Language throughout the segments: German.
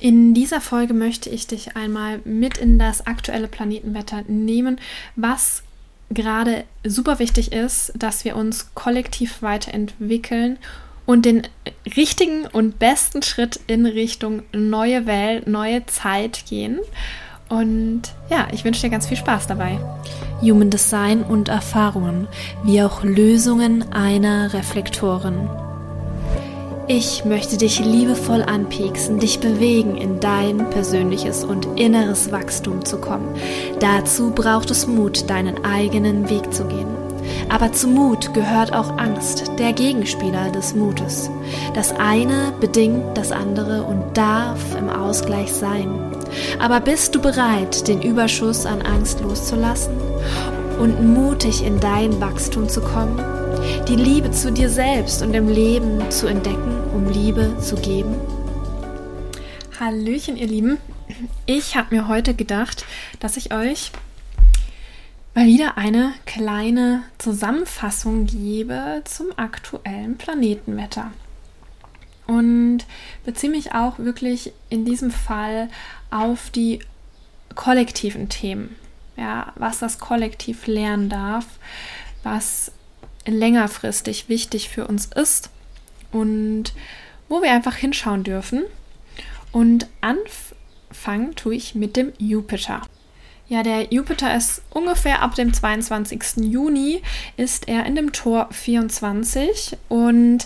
In dieser Folge möchte ich dich einmal mit in das aktuelle Planetenwetter nehmen, was gerade super wichtig ist, dass wir uns kollektiv weiterentwickeln und den richtigen und besten Schritt in Richtung neue Welt, neue Zeit gehen. Und ja, ich wünsche dir ganz viel Spaß dabei. Human Design und Erfahrungen, wie auch Lösungen einer Reflektorin. Ich möchte dich liebevoll anpieksen, dich bewegen, in dein persönliches und inneres Wachstum zu kommen. Dazu braucht es Mut, deinen eigenen Weg zu gehen. Aber zu Mut gehört auch Angst, der Gegenspieler des Mutes. Das eine bedingt das andere und darf im Ausgleich sein. Aber bist du bereit, den Überschuss an Angst loszulassen und mutig in dein Wachstum zu kommen? Die Liebe zu dir selbst und im Leben zu entdecken, um Liebe zu geben? Hallöchen, ihr Lieben. Ich habe mir heute gedacht, dass ich euch mal wieder eine kleine Zusammenfassung gebe zum aktuellen Planetenwetter. Und beziehe mich auch wirklich in diesem Fall auf die kollektiven Themen. Ja, was das Kollektiv lernen darf, was längerfristig wichtig für uns ist und wo wir einfach hinschauen dürfen. Und anfangen tue ich mit dem Jupiter. Ja, der Jupiter ist ungefähr ab dem 22. Juni ist er in dem Tor 24 und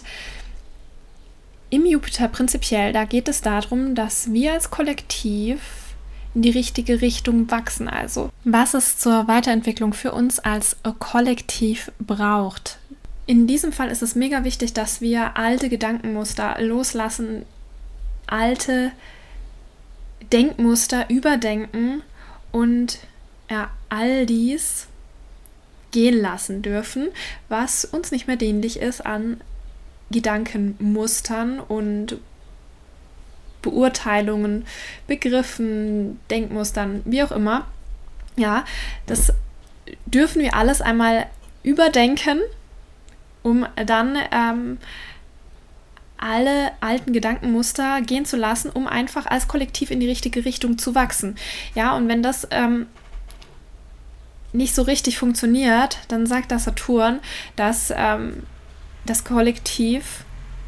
im Jupiter prinzipiell, da geht es darum, dass wir als Kollektiv in die richtige Richtung wachsen. Also, was es zur Weiterentwicklung für uns als Kollektiv braucht. In diesem Fall ist es mega wichtig, dass wir alte Gedankenmuster loslassen, alte Denkmuster überdenken und all dies gehen lassen dürfen, was uns nicht mehr dienlich ist an Gedankenmustern und Beurteilungen, Begriffen, Denkmustern, wie auch immer. Ja, das dürfen wir alles einmal überdenken, um dann alle alten Gedankenmuster gehen zu lassen, um einfach als Kollektiv in die richtige Richtung zu wachsen. Ja, und wenn das nicht so richtig funktioniert, dann sagt der Saturn, dass das Kollektiv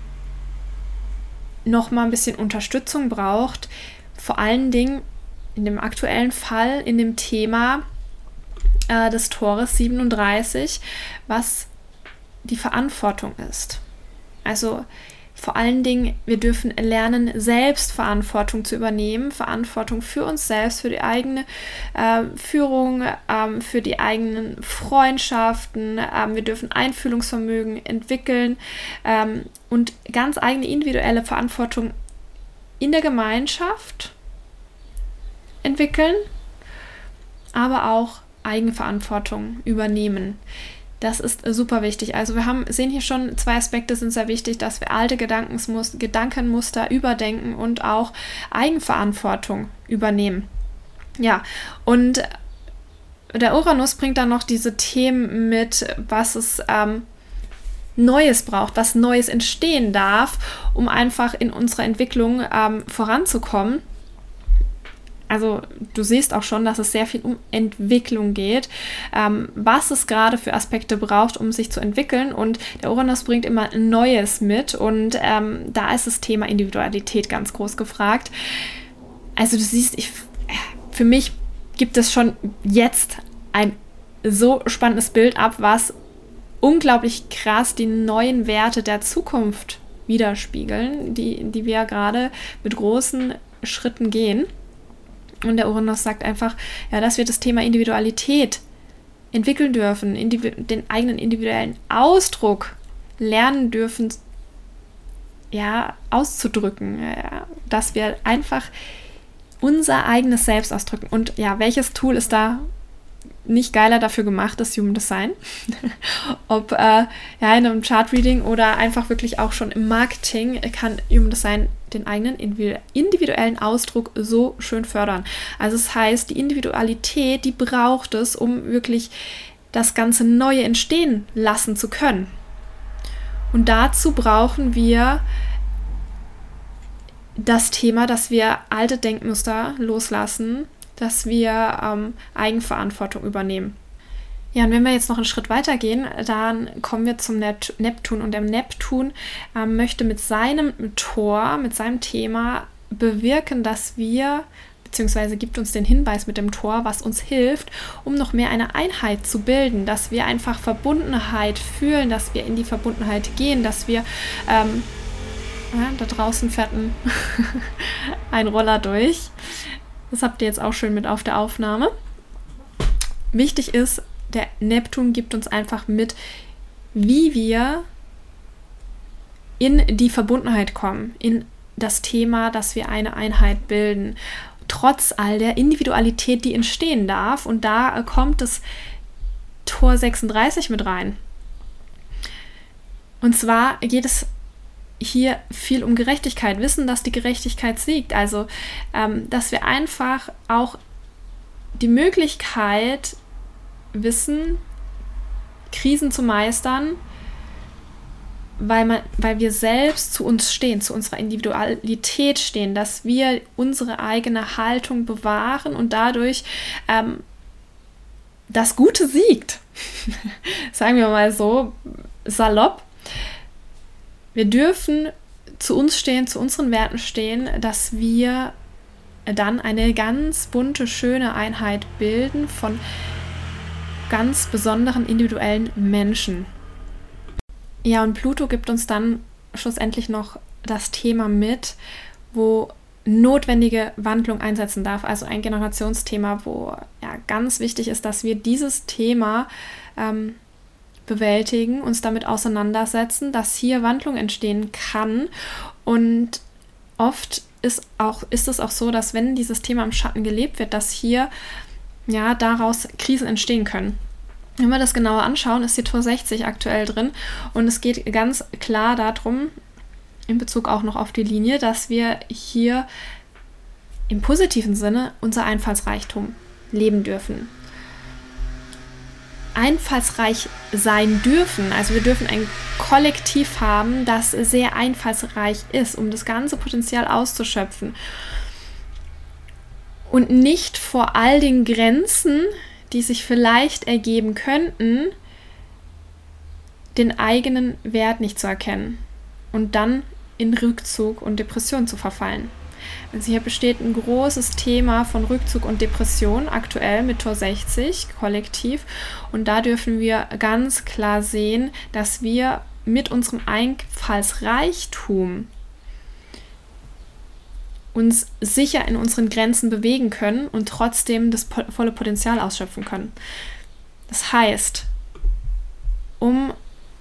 noch mal ein bisschen Unterstützung braucht, vor allen Dingen in dem aktuellen Fall, in dem Thema des Tores 37, was die Verantwortung ist. Also vor allen Dingen, wir dürfen lernen, Selbstverantwortung zu übernehmen, Verantwortung für uns selbst, für die eigene Führung, für die eigenen Freundschaften. Wir dürfen Einfühlungsvermögen entwickeln und ganz eigene individuelle Verantwortung in der Gemeinschaft entwickeln, aber auch Eigenverantwortung übernehmen. Das ist super wichtig. Also wir sehen hier schon, zwei Aspekte sind sehr wichtig, dass wir alte Gedankenmuster überdenken und auch Eigenverantwortung übernehmen. Ja, und der Uranus bringt dann noch diese Themen mit, was es Neues braucht, was Neues entstehen darf, um einfach in unserer Entwicklung voranzukommen. Also du siehst auch schon, dass es sehr viel um Entwicklung geht, was es gerade für Aspekte braucht, um sich zu entwickeln. Und der Uranus bringt immer Neues mit und da ist das Thema Individualität ganz groß gefragt. Also du siehst, für mich gibt es schon jetzt ein so spannendes Bild ab, was unglaublich krass die neuen Werte der Zukunft widerspiegeln, die wir gerade mit großen Schritten gehen. Und der Uranus sagt einfach, ja, dass wir das Thema Individualität entwickeln dürfen, den eigenen individuellen Ausdruck lernen dürfen, ja, auszudrücken, ja, dass wir einfach unser eigenes Selbst ausdrücken. Und ja, welches Tool ist da nicht geiler dafür gemacht, das Human Design? Ob in einem Chart-Reading oder einfach wirklich auch schon im Marketing kann Human Design den eigenen individuellen Ausdruck so schön fördern. Also das heißt, die Individualität, die braucht es, um wirklich das ganze Neue entstehen lassen zu können. Und dazu brauchen wir das Thema, dass wir alte Denkmuster loslassen, dass wir Eigenverantwortung übernehmen. Ja, und wenn wir jetzt noch einen Schritt weiter gehen, dann kommen wir zum Neptun. Und der Neptun möchte mit seinem Tor, mit seinem Thema bewirken, dass wir, beziehungsweise gibt uns den Hinweis mit dem Tor, was uns hilft, um noch mehr eine Einheit zu bilden, dass wir einfach Verbundenheit fühlen, dass wir in die Verbundenheit gehen, dass wir, da draußen fährt ein Roller durch. Das habt ihr jetzt auch schön mit auf der Aufnahme. Wichtig ist, der Neptun gibt uns einfach mit, wie wir in die Verbundenheit kommen, in das Thema, dass wir eine Einheit bilden, trotz all der Individualität, die entstehen darf. Und da kommt das Tor 36 mit rein. Und zwar geht es hier viel um Gerechtigkeit, wissen, dass die Gerechtigkeit siegt. Also, dass wir einfach auch die Möglichkeit wissen, Krisen zu meistern, weil wir selbst zu uns stehen, zu unserer Individualität stehen, dass wir unsere eigene Haltung bewahren und dadurch das Gute siegt. Sagen wir mal so salopp. Wir dürfen zu uns stehen, zu unseren Werten stehen, dass wir dann eine ganz bunte, schöne Einheit bilden von ganz besonderen individuellen Menschen. Ja, und Pluto gibt uns dann schlussendlich noch das Thema mit, wo notwendige Wandlung einsetzen darf, also ein Generationsthema, wo ja ganz wichtig ist, dass wir dieses Thema bewältigen, uns damit auseinandersetzen, dass hier Wandlung entstehen kann. Und oft ist es auch so, dass wenn dieses Thema im Schatten gelebt wird, dass hier ja daraus Krisen entstehen können. Wenn wir das genauer anschauen, ist die Tor 60 aktuell drin und es geht ganz klar darum, in Bezug auch noch auf die Linie, dass wir hier im positiven Sinne unser Einfallsreichtum leben dürfen. Einfallsreich sein dürfen, also wir dürfen ein Kollektiv haben, das sehr einfallsreich ist, um das ganze Potenzial auszuschöpfen. Und nicht vor all den Grenzen, die sich vielleicht ergeben könnten, den eigenen Wert nicht zu erkennen und dann in Rückzug und Depression zu verfallen. Also hier besteht ein großes Thema von Rückzug und Depression aktuell mit Tor 60 kollektiv und da dürfen wir ganz klar sehen, dass wir mit unserem Einfallsreichtum uns sicher in unseren Grenzen bewegen können und trotzdem das volle Potenzial ausschöpfen können. Das heißt, um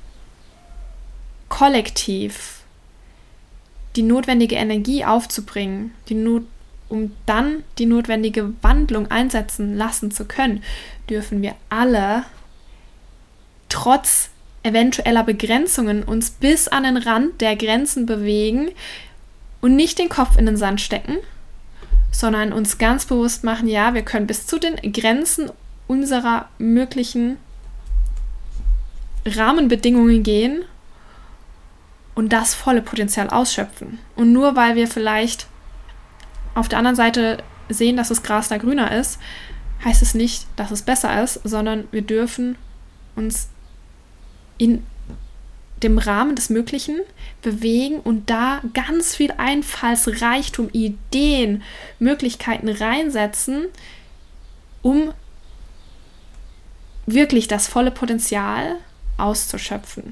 kollektiv die notwendige Energie aufzubringen, um dann die notwendige Wandlung einsetzen lassen zu können, dürfen wir alle trotz eventueller Begrenzungen uns bis an den Rand der Grenzen bewegen, und nicht den Kopf in den Sand stecken, sondern uns ganz bewusst machen, ja, wir können bis zu den Grenzen unserer möglichen Rahmenbedingungen gehen und das volle Potenzial ausschöpfen. Und nur weil wir vielleicht auf der anderen Seite sehen, dass das Gras da grüner ist, heißt es nicht, dass es besser ist, sondern wir dürfen uns in dem Rahmen des Möglichen bewegen und da ganz viel Einfallsreichtum, Ideen, Möglichkeiten reinsetzen, um wirklich das volle Potenzial auszuschöpfen.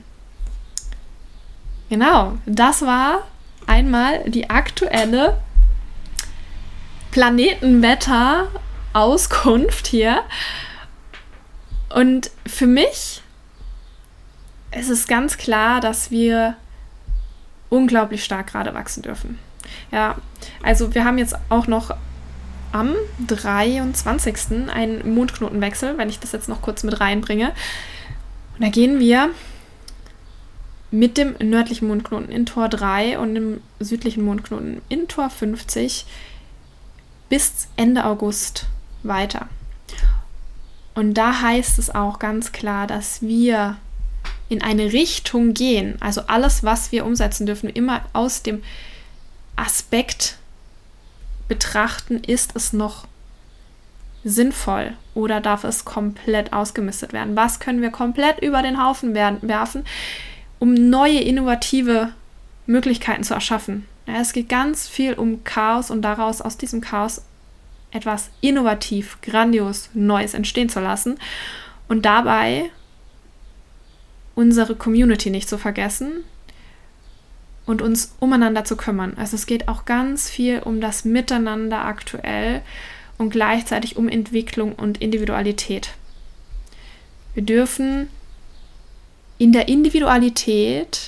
Genau, das war einmal die aktuelle Planetenwetter-Auskunft hier. Und für mich es ist ganz klar, dass wir unglaublich stark gerade wachsen dürfen. Ja, also wir haben jetzt auch noch am 23. einen Mondknotenwechsel, wenn ich das jetzt noch kurz mit reinbringe. Und da gehen wir mit dem nördlichen Mondknoten in Tor 3 und dem südlichen Mondknoten in Tor 50 bis Ende August weiter. Und da heißt es auch ganz klar, dass wir in eine Richtung gehen, also alles, was wir umsetzen dürfen, immer aus dem Aspekt betrachten, ist es noch sinnvoll oder darf es komplett ausgemistet werden? Was können wir komplett über den Haufen werfen, um neue, innovative Möglichkeiten zu erschaffen? Ja, es geht ganz viel um Chaos und daraus, aus diesem Chaos, etwas innovativ, grandios, Neues entstehen zu lassen und dabei unsere Community nicht zu vergessen und uns umeinander zu kümmern. Also es geht auch ganz viel um das Miteinander aktuell und gleichzeitig um Entwicklung und Individualität. Wir dürfen in der Individualität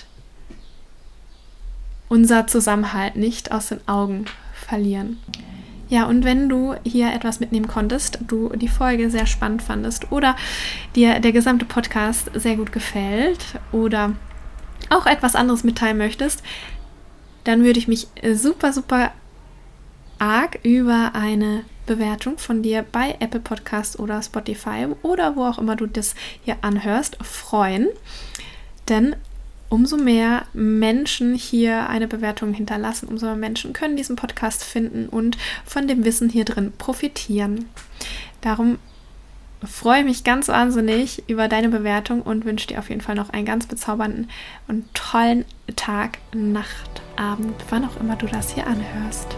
unser Zusammenhalt nicht aus den Augen verlieren. Ja, und wenn du hier etwas mitnehmen konntest, du die Folge sehr spannend fandest oder dir der gesamte Podcast sehr gut gefällt oder auch etwas anderes mitteilen möchtest, dann würde ich mich super, super arg über eine Bewertung von dir bei Apple Podcast oder Spotify oder wo auch immer du das hier anhörst, freuen. Denn umso mehr Menschen hier eine Bewertung hinterlassen, umso mehr Menschen können diesen Podcast finden und von dem Wissen hier drin profitieren. Darum freue ich mich ganz wahnsinnig über deine Bewertung und wünsche dir auf jeden Fall noch einen ganz bezaubernden und tollen Tag, Nacht, Abend, wann auch immer du das hier anhörst.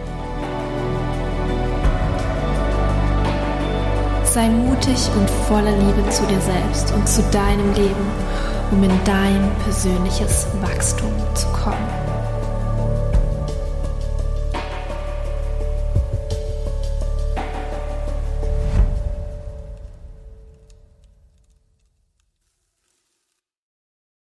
Sei mutig und voller Liebe zu dir selbst und zu deinem Leben, um in dein persönliches Wachstum zu kommen.